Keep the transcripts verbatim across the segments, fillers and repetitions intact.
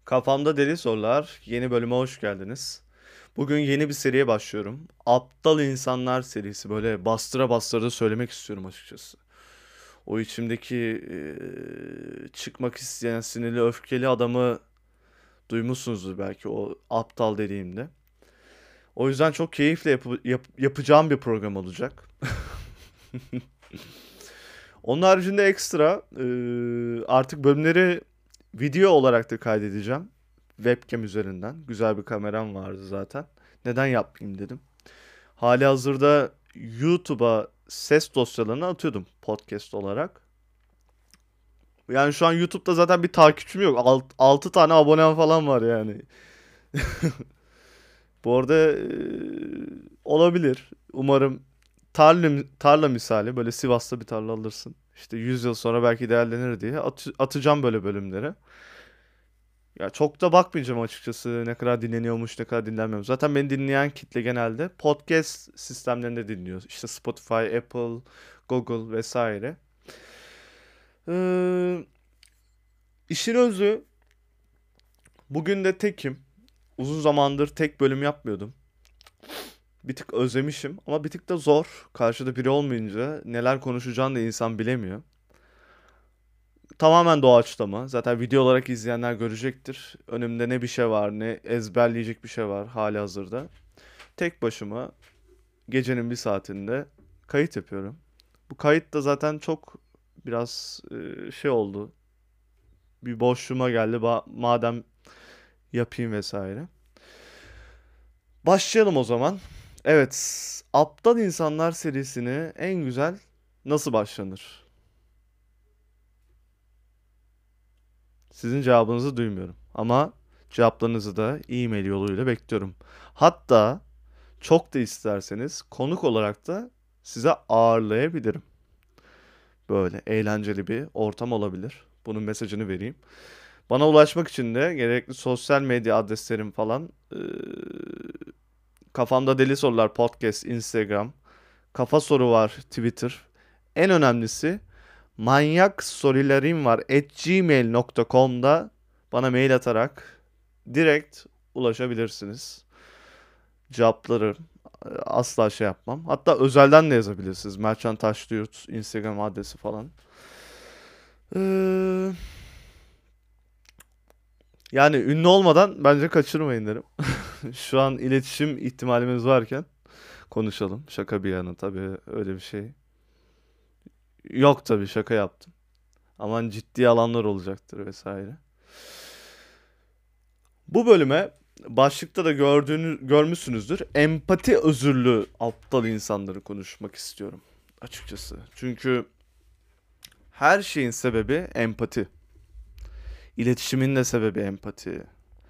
Kafamda Deli Sorular yeni bölüme hoş geldiniz. Bugün yeni bir seriye başlıyorum. Aptal İnsanlar serisi böyle bastıra bastıra da söylemek istiyorum açıkçası. O içimdeki eee, çıkmak isteyen sinirli öfkeli adamı duymuşsunuzdur belki o aptal dediğimde. O yüzden çok keyifle yapı- yap- yapacağım bir program olacak. Onun haricinde ekstra eee, artık bölümleri video olarak da kaydedeceğim. Webcam üzerinden. Güzel bir kameram vardı zaten. Neden yapmayayım dedim. Hali hazırda YouTube'a ses dosyalarını atıyordum podcast olarak. Yani şu an YouTube'da zaten bir takipçim yok. Altı tane abonem falan var yani. Bu arada eee, olabilir. Umarım tarla, tarla misali böyle Sivas'ta bir tarla alırsın. İşte yüz yıl sonra belki değerlenir diye at- atacağım böyle bölümleri. Ya çok da bakmayacağım açıkçası ne kadar dinleniyormuş ne kadar dinlenmiyormuş. Zaten beni dinleyen kitle genelde podcast sistemlerinde dinliyor. İşte Spotify, Apple, Google vesaire. Ee, işin özü bugün de tekim. Uzun zamandır tek bölüm yapmıyordum. Bir tık özlemişim ama bir tık da zor. Karşıda biri olmayınca neler konuşacağını da insan bilemiyor. Tamamen doğaçlama. Zaten video olarak izleyenler görecektir. Önümde ne bir şey var ne ezberleyecek bir şey var hali hazırda. Tek başıma gecenin bir saatinde kayıt yapıyorum. Bu kayıt da zaten çok biraz e, şey oldu. Bir boşluğuma geldi. Ba- madem yapayım vesaire. Başlayalım o zaman. Evet, Aptal İnsanlar serisini en güzel nasıl başlanır? Sizin cevabınızı duymuyorum. Ama cevaplarınızı da e-mail yoluyla bekliyorum. Hatta çok da isterseniz konuk olarak da size ağırlayabilirim. Böyle eğlenceli bir ortam olabilir. Bunun mesajını vereyim. Bana ulaşmak için de gerekli sosyal medya adreslerim falan eee, Kafamda Deli Sorular Podcast Instagram, Kafa Soru var Twitter. En önemlisi manyak sorularım var at gmail nokta com'da bana mail atarak direkt ulaşabilirsiniz. Cevapları asla şey yapmam. Hatta özelden de yazabilirsiniz. Mertcan Taşlıurt Instagram adresi falan. Ee, yani ünlü olmadan bence kaçırmayın derim. Şu an iletişim ihtimalimiz varken konuşalım. Şaka bir yana tabii öyle bir şey. Yok tabii şaka yaptım. Aman ciddi alanlar olacaktır vesaire. Bu bölüme başlıkta da gördüğünü görmüşsünüzdür. Empati özürlü aptal insanları konuşmak istiyorum açıkçası. Çünkü her şeyin sebebi empati. İletişimin de sebebi empati.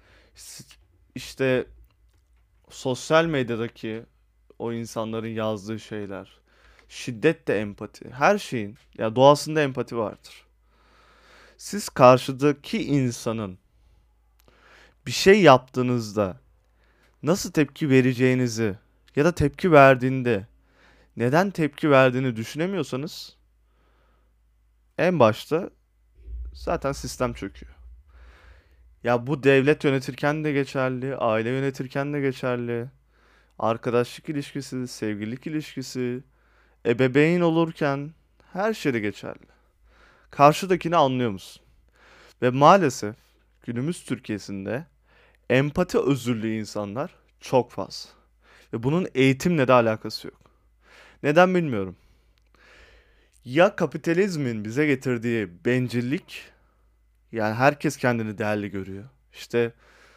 İşte sosyal medyadaki o insanların yazdığı şeyler. Şiddet de empati. Her şeyin ya doğasında empati vardır. Siz karşıdaki insanın bir şey yaptığınızda nasıl tepki vereceğinizi ya da tepki verdiğinde neden tepki verdiğini düşünemiyorsanız en başta zaten sistem çöküyor. Ya bu devlet yönetirken de geçerli, aile yönetirken de geçerli, arkadaşlık ilişkisi, sevgililik ilişkisi, ebeveyn olurken her şeyde geçerli. Karşıdakini anlıyor musun? Ve maalesef günümüz Türkiye'sinde empati özürlü insanlar çok fazla. Ve bunun eğitimle de alakası yok. Neden bilmiyorum. Ya kapitalizmin bize getirdiği bencillik, yani herkes kendini değerli görüyor. İşte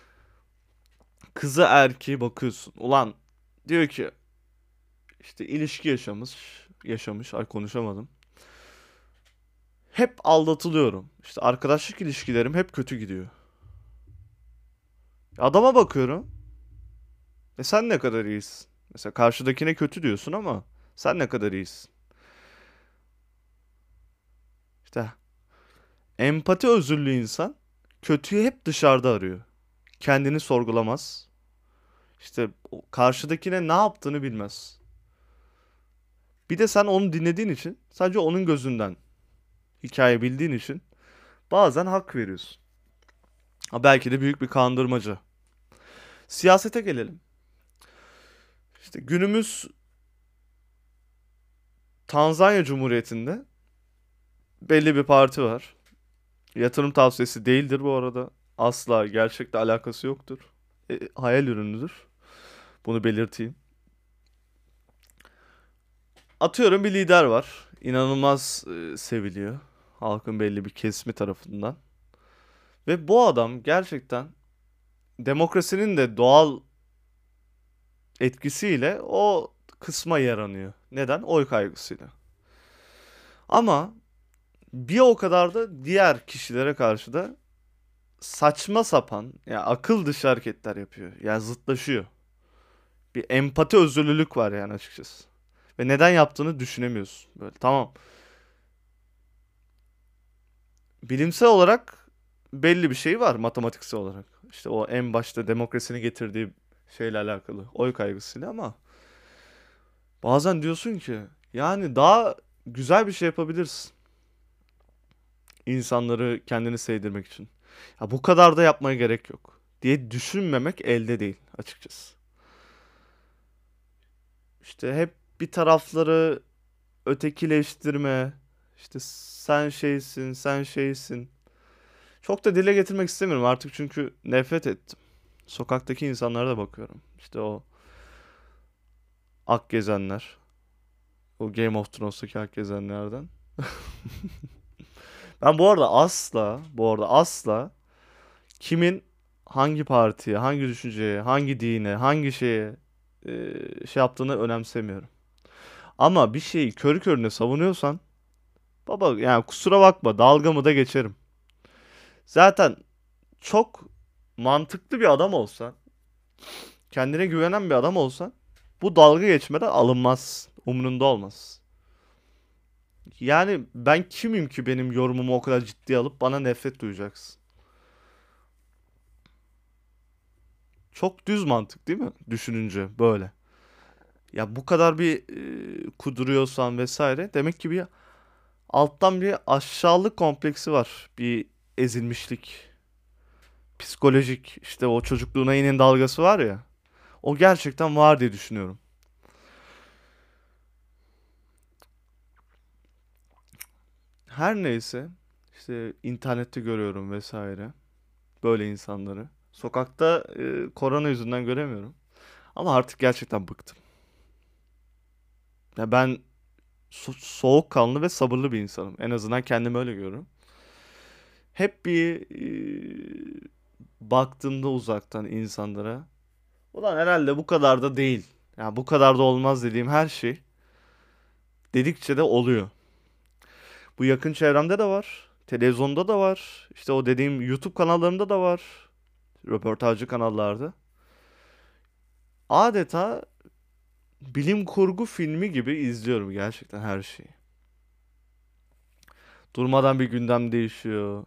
kızı erkeği bakıyorsun. Ulan diyor ki işte ilişki yaşamış, yaşamış. Ay konuşamadım. Hep aldatılıyorum. İşte arkadaşlık ilişkilerim hep kötü gidiyor. Adama bakıyorum. E sen ne kadar iyisin? Mesela karşıdakine kötü diyorsun ama sen ne kadar iyisin? İşte empati özürlü insan kötüyü hep dışarıda arıyor. Kendini sorgulamaz. İşte o karşıdakine ne yaptığını bilmez. Bir de sen onu dinlediğin için sadece onun gözünden hikaye bildiğin için bazen hak veriyorsun. Ha, belki de büyük bir kandırmacı. Siyasete gelelim. İşte günümüz Tanzanya Cumhuriyeti'nde belli bir parti var. Yatırım tavsiyesi değildir bu arada. Asla gerçekle alakası yoktur. E, hayal ürünüdür. Bunu belirteyim. Atıyorum bir lider var. İnanılmaz e, seviliyor. Halkın belli bir kesimi tarafından. Ve bu adam gerçekten demokrasinin de doğal etkisiyle o kısma yaranıyor. Neden? Oy kaygısıyla. Ama bir o kadar da diğer kişilere karşı da saçma sapan, ya akıl dışı hareketler yapıyor. Yani zıtlaşıyor. Bir empati özürlülük var yani açıkçası. Ve neden yaptığını düşünemiyorsun. Böyle tamam. Bilimsel olarak belli bir şey var matematiksel olarak. İşte o en başta demokrasinin getirdiği şeyle alakalı. Oy kaygısıyla ama bazen diyorsun ki yani daha güzel bir şey yapabilirsin. İnsanları kendini sevdirmek için. Ya bu kadar da yapmaya gerek yok diye düşünmemek elde değil açıkçası. İşte hep bir tarafları ötekileştirme, işte sen şeysin, sen şeysin. Çok da dile getirmek istemiyorum artık çünkü nefret ettim. Sokaktaki insanlara da bakıyorum. İşte o ak gezenler. O Game of Thrones'taki ak gezenlerden. Ben bu arada asla, bu arada asla kimin hangi partiye, hangi düşünceye, hangi dine, hangi şeye e, şey yaptığını önemsemiyorum. Ama bir şeyi körü körüne savunuyorsan baba yani kusura bakma dalgamı da geçerim. Zaten çok mantıklı bir adam olsan, kendine güvenen bir adam olsan bu dalga geçmeden alınmaz. Umrunda olmaz. Yani ben kimim ki benim yorumumu o kadar ciddiye alıp bana nefret duyacaksın? Çok düz mantık değil mi? Düşününce böyle. Ya bu kadar bir e, kuduruyorsan vesaire demek ki bir alttan bir aşağılık kompleksi var. Bir ezilmişlik, psikolojik işte o çocukluğuna inen dalgası var ya. O gerçekten var diye düşünüyorum. Her neyse işte internette görüyorum vesaire böyle insanları. Sokakta e, korona yüzünden göremiyorum. Ama artık gerçekten bıktım. Ya ben so- soğukkanlı ve sabırlı bir insanım. En azından kendimi öyle görüyorum. Hep bir e, baktığımda uzaktan insanlara. Ulan herhalde bu kadar da değil. Ya bu kadar da olmaz dediğim her şey dedikçe de oluyor. Bu yakın çevremde de var. Televizyonda da var. İşte o dediğim YouTube kanallarında da var. Röportajcı kanallarda. Adeta bilim kurgu filmi gibi izliyorum gerçekten her şeyi. Durmadan bir gündem değişiyor.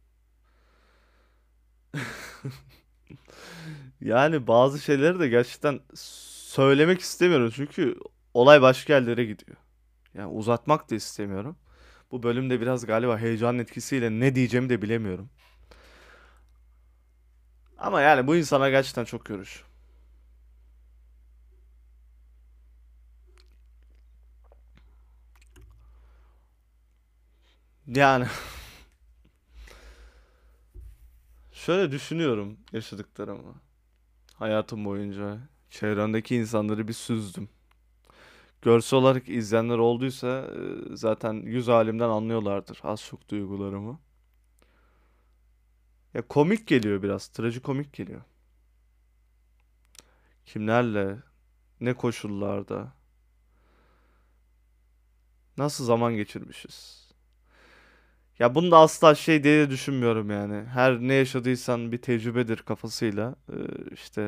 Yani bazı şeyleri de gerçekten söylemek istemiyorum çünkü olay başka yerlere gidiyor. Yani uzatmak da istemiyorum. Bu bölümde biraz galiba heyecanın etkisiyle ne diyeceğimi de bilemiyorum. Ama yani bu insana gerçekten çok görüş. Yani şöyle düşünüyorum yaşadıklarımı. Hayatım boyunca çevremdeki insanları bir süzdüm. Görsel olarak izleyenler olduysa e, zaten yüz halimden anlıyorlardır az çok duygularımı. Ya komik geliyor biraz, trajikomik geliyor. Kimlerle, ne koşullarda, nasıl zaman geçirmişiz. Ya bunu da asla şey diye de düşünmüyorum yani. Her ne yaşadıysan bir tecrübedir kafasıyla. e, işte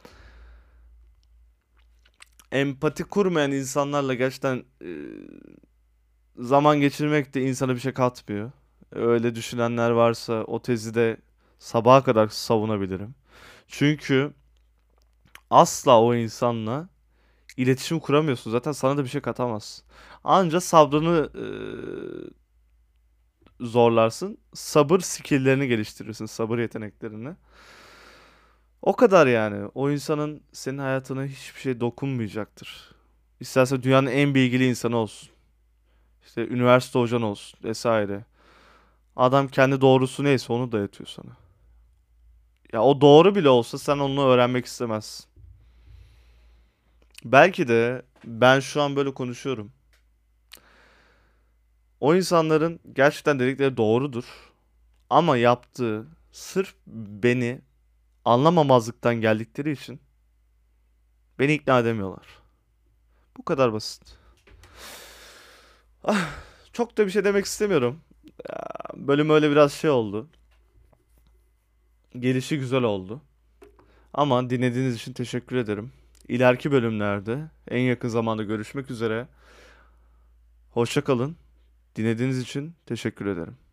empati kurmayan insanlarla gerçekten e, zaman geçirmek de insana bir şey katmıyor. Öyle düşünenler varsa o tezi de sabaha kadar savunabilirim. Çünkü asla o insanla iletişim kuramıyorsun. Zaten sana da bir şey katamaz. Anca sabrını zorlarsın. Sabır skill'lerini geliştirirsin. Sabır yeteneklerini. O kadar yani. O insanın senin hayatına hiçbir şey dokunmayacaktır. İsterse dünyanın en bilgili insanı olsun. İşte üniversite hocan olsun vesaire. Adam kendi doğrusu neyse onu dayatıyor sana. Ya o doğru bile olsa sen onu öğrenmek istemezsin. Belki de ben şu an böyle konuşuyorum. O insanların gerçekten dedikleri doğrudur. Ama yaptığı sırf beni anlamamazlıktan geldikleri için beni ikna edemiyorlar. Bu kadar basit. Ah, çok da bir şey demek istemiyorum. Ya, bölüm öyle biraz şey oldu. Gelişi güzel oldu. Ama dinlediğiniz için teşekkür ederim. İleriki bölümlerde en yakın zamanda görüşmek üzere. Hoşça kalın. Dinlediğiniz için teşekkür ederim.